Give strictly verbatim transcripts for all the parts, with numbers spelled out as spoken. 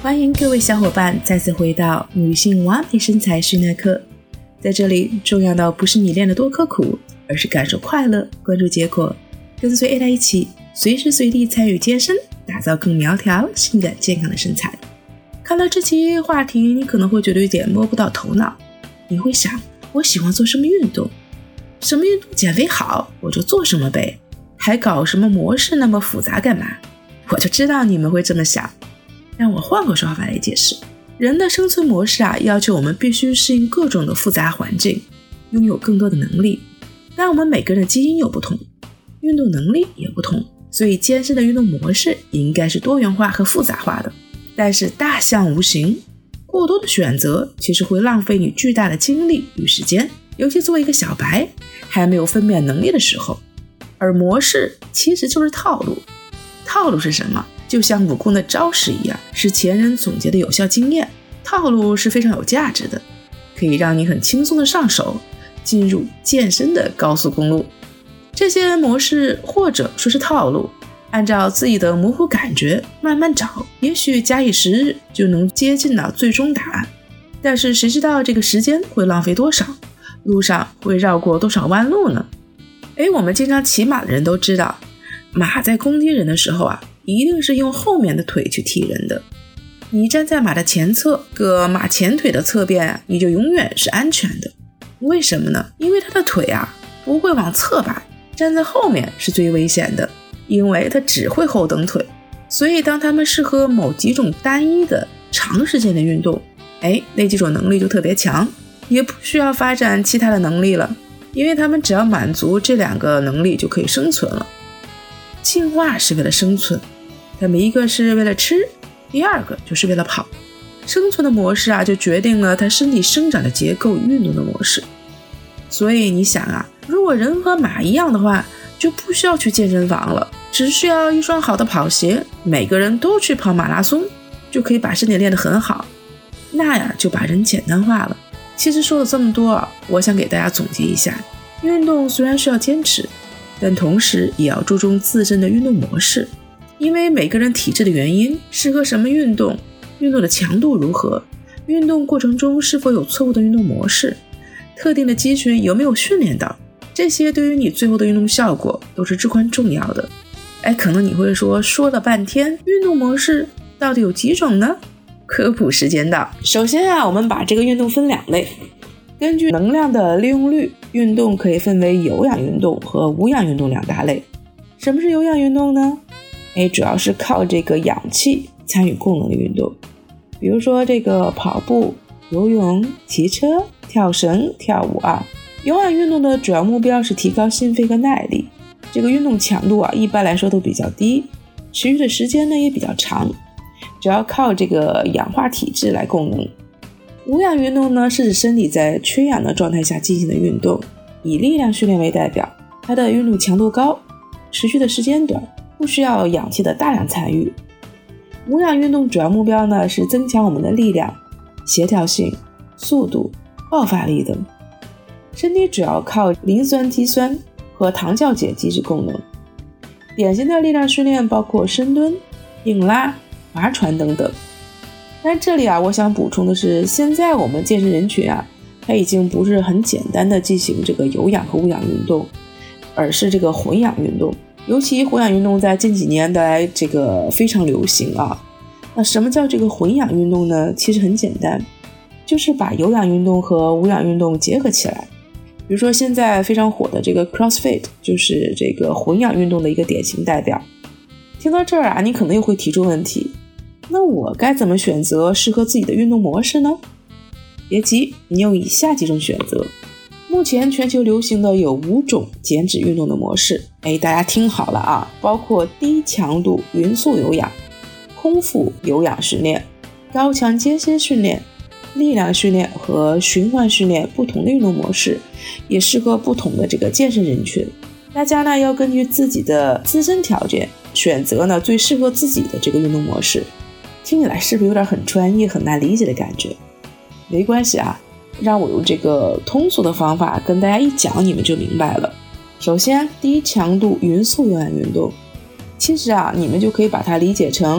欢迎各位小伙伴再次回到女性完美身材训练课。在这里，重要的不是你练得多刻苦，而是感受快乐，关注结果，跟随 A 一起随时随地参与健身，打造更苗条、性感、健康的身材。看到这期话题，你可能会觉得有点摸不到头脑。你会想，我喜欢做什么运动？什么运动减肥好，我就做什么呗，还搞什么模式那么复杂干嘛？我就知道你们会这么想。让我换个说法来解释，人的生存模式啊，要求我们必须适应各种的复杂环境，拥有更多的能力。但我们每个人的基因有不同，运动能力也不同，所以健身的运动模式应该是多元化和复杂化的。但是大象无形，过多的选择其实会浪费你巨大的精力与时间，尤其作为一个小白，还没有分辨能力的时候。而模式其实就是套路。套路是什么？就像武功的招式一样，是前人总结的有效经验。套路是非常有价值的，可以让你很轻松的上手，进入健身的高速公路。这些模式或者说是套路，按照自己的模糊感觉慢慢找，也许假以时日就能接近到最终答案。但是谁知道这个时间会浪费多少，路上会绕过多少弯路呢？诶，我们经常骑马的人都知道，马在攻击人的时候啊，一定是用后面的腿去踢人的。你站在马的前侧，个马前腿的侧边啊，你就永远是安全的。为什么呢？因为它的腿啊不会往侧摆，站在后面是最危险的，因为它只会后蹬腿。所以当他们适合某几种单一的长时间的运动，哎，那几种能力就特别强，也不需要发展其他的能力了，因为他们只要满足这两个能力就可以生存了。进化是为了生存，他们一个是为了吃，第二个就是为了跑。生存的模式啊，就决定了他身体生长的结构与运动的模式。所以你想啊，如果人和马一样的话，就不需要去健身房了，只需要一双好的跑鞋，每个人都去跑马拉松，就可以把身体练得很好。那呀，就把人简单化了。其实说了这么多，我想给大家总结一下，运动虽然需要坚持，但同时也要注重自身的运动模式。因为每个人体质的原因，适合什么运动，运动的强度如何，运动过程中是否有错误的运动模式，特定的肌群有没有训练到，这些对于你最后的运动效果都是至关重要的。哎，可能你会说，说了半天，运动模式到底有几种呢？科普时间到。首先啊，我们把这个运动分两类。根据能量的利用率，运动可以分为有氧运动和无氧运动两大类。什么是有氧运动呢？哎，主要是靠这个氧气参与功能的运动，比如说这个跑步、游泳、骑车、跳绳、跳舞啊。有氧运动的主要目标是提高心肺和耐力，这个运动强度啊一般来说都比较低，持续的时间呢也比较长，主要靠这个氧化体质来供能。无氧运动呢是指身体在缺氧的状态下进行的运动，以力量训练为代表，它的运动强度高，持续的时间短，不需要氧气的大量参与。无氧运动主要目标呢是增强我们的力量、协调性、速度、爆发力等。身体主要靠磷酸肌酸和糖酵解机制功能。典型的力量训练包括深蹲、硬拉、划船等等。但这里啊，我想补充的是，现在我们健身人群啊，它已经不是很简单的进行这个有氧和无氧运动，而是这个混氧运动。尤其混氧运动在近几年来这个非常流行啊。那什么叫这个混氧运动呢？其实很简单，就是把有氧运动和无氧运动结合起来。比如说现在非常火的这个 CrossFit 就是这个混氧运动的一个典型代表。听到这儿啊，你可能又会提出问题，那我该怎么选择适合自己的运动模式呢？别急，你有以下几种选择。目前全球流行的有五种减脂运动的模式，哎，大家听好了啊，包括低强度匀速有氧、空腹有氧训练、高强间歇训练、力量训练和循环训练不同的运动模式，也适合不同的这个健身人群。大家呢要根据自己的自身条件选择呢最适合自己的这个运动模式。听起来是不是有点很专业很难理解的感觉？没关系啊，让我用这个通俗的方法跟大家一讲，你们就明白了。首先，低强度匀速有氧运动，其实啊，你们就可以把它理解成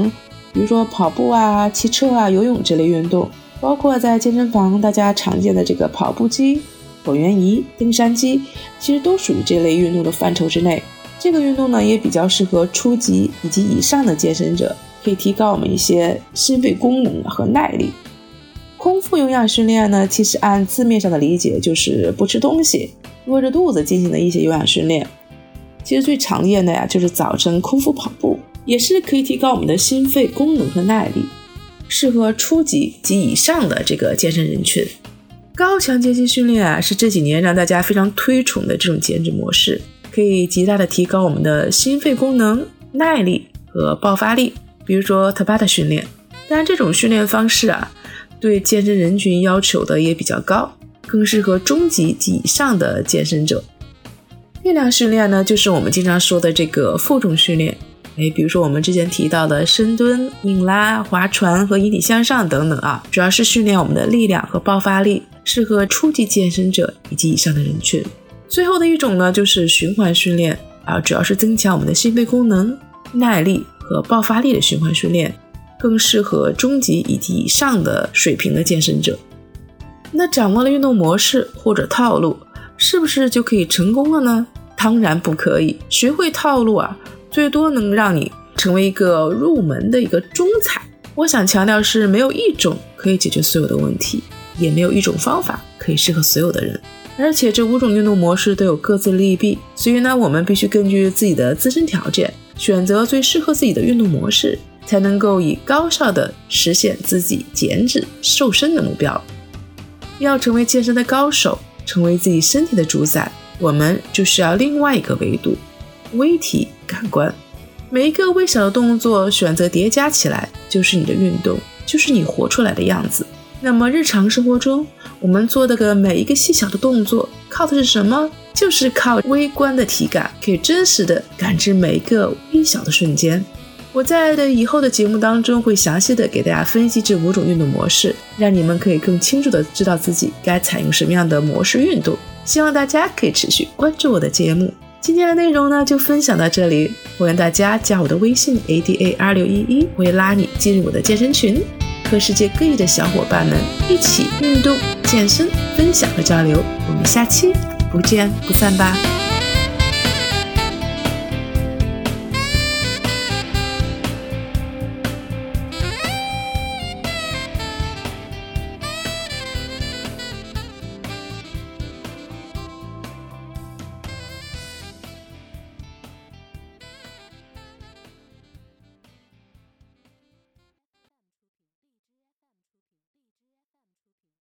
比如说跑步啊、骑车啊、游泳这类运动，包括在健身房大家常见的这个跑步机、椭圆仪、登山机，其实都属于这类运动的范畴之内。这个运动呢，也比较适合初级以及以上的健身者，可以提高我们一些心肺功能和耐力。空腹有氧训练呢，其实按字面上的理解就是不吃东西，饿着肚子进行的一些有氧训练。其实最常见的呀，就是早晨空腹跑步，也是可以提高我们的心肺功能和耐力，适合初级及以上的这个健身人群。高强间歇训练啊，是这几年让大家非常推崇的这种减脂模式，可以极大的提高我们的心肺功能、耐力和爆发力。比如说 Tabata 训练，当然这种训练方式啊，对健身人群要求的也比较高，更适合中级及以上的健身者。力量训练呢，就是我们经常说的这个负重训练，诶，比如说我们之前提到的深蹲、硬拉、划船和引体向上等等啊，主要是训练我们的力量和爆发力，适合初级健身者以及以上的人群。最后的一种呢，就是循环训练啊，主要是增强我们的心肺功能、耐力和爆发力的循环训练，更适合中级以及以上的水平的健身者。那掌握了运动模式或者套路，是不是就可以成功了呢？当然不可以。学会套路啊，最多能让你成为一个入门的一个中才。我想强调是没有一种可以解决所有的问题，也没有一种方法可以适合所有的人。而且这五种运动模式都有各自的利弊，所以呢，我们必须根据自己的自身条件，选择最适合自己的运动模式，才能够以高效的实现自己减脂瘦身的目标。要成为健身的高手，成为自己身体的主宰，我们就需要另外一个维度，微体感官。每一个微小的动作选择叠加起来，就是你的运动，就是你活出来的样子。那么日常生活中我们做的个每一个细小的动作，靠的是什么？就是靠微观的体感，可以真实的感知每一个微小的瞬间。我在的以后的节目当中会详细的给大家分析这五种运动模式，让你们可以更清楚的知道自己该采用什么样的模式运动。希望大家可以持续关注我的节目。今天的内容呢就分享到这里，欢迎大家加我的微信 A D A 二六一一， 我会拉你进入我的健身群，和世界各地的小伙伴们一起运动、健身、分享和交流。我们下期不见不散吧。